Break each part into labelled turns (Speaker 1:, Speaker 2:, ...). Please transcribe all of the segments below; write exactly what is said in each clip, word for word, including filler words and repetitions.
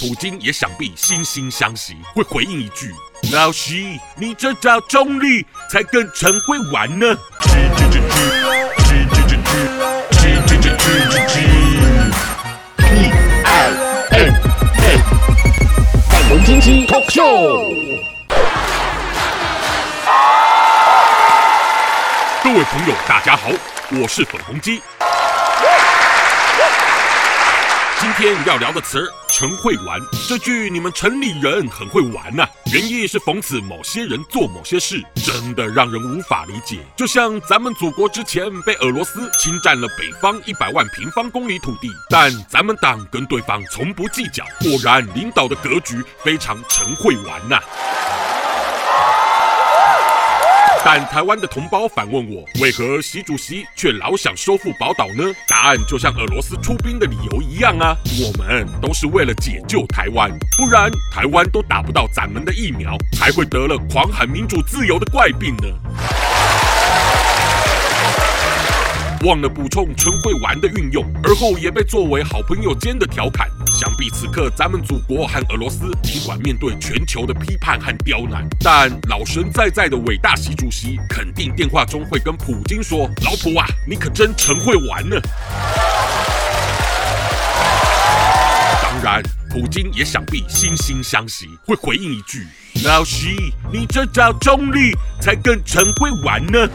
Speaker 1: 普京也想必惺惺相惜，会回应一句：“老师，你这招中立才跟陈慧玩呢。”
Speaker 2: 粉红经济 talk show。
Speaker 1: 各位朋友，大家好，我是粉红鸡。今天要聊的词陈会玩，这句你们城里人很会玩呐、啊。原意是讽刺某些人做某些事，真的让人无法理解。就像咱们祖国之前被俄罗斯侵占了北方一百万平方公里土地，但咱们党跟对方从不计较，果然领导的格局非常陈会玩呐、啊。但台湾的同胞反问我，为何习主席却老想收复宝岛呢？答案就像俄罗斯出兵的理由一样啊，我们都是为了解救台湾，不然台湾都打不到咱们的疫苗，才会得了狂喊民主自由的怪病呢。忘了补充陈会玩的运用，而后也被作为好朋友间的调侃。想必此刻咱们祖国和俄罗斯尽管面对全球的批判和刁难，但老神在在的伟大习主席肯定电话中会跟普京说：“老普啊，你可真陈会玩呢。”当然，普京也想必惺惺相惜，会回应一句：“老师，你这招中立才跟陈会玩呢。”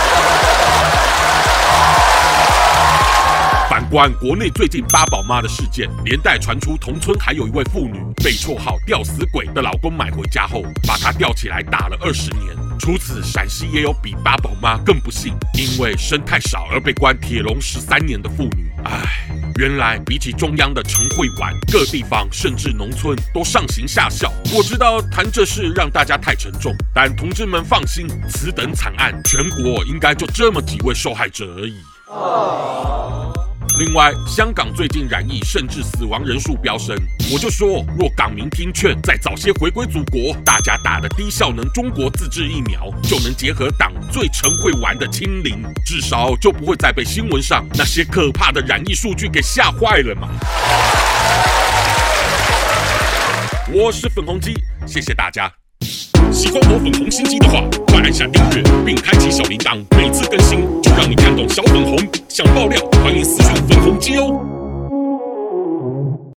Speaker 1: 反观国内最近八宝妈的事件，连带传出同村还有一位妇女被绰号吊死鬼的老公买回家后，把她吊起来打了二十年。除此，陕西也有比八宝妈更不幸，因为生太少而被关铁笼十三年的妇女。唉，原来比起中央的陈会玩，各地方甚至农村都上行下效。我知道谈这事让大家太沉重，但同志们放心，此等惨案，全国应该就这么几位受害者而已。另外，香港最近染疫甚至死亡人数飙升，我就说，若港民听劝，再早些回归祖国，大家打的低效能中国自制疫苗，就能结合党最陈会玩的清零，至少就不会再被新闻上那些可怕的染疫数据给吓坏了嘛。我是粉红鸡，谢谢大家。喜欢我粉红心机的话，快按下订阅并开启小铃铛，每次更新就让你看懂小粉红。想爆料，欢迎私讯粉红鸡哦。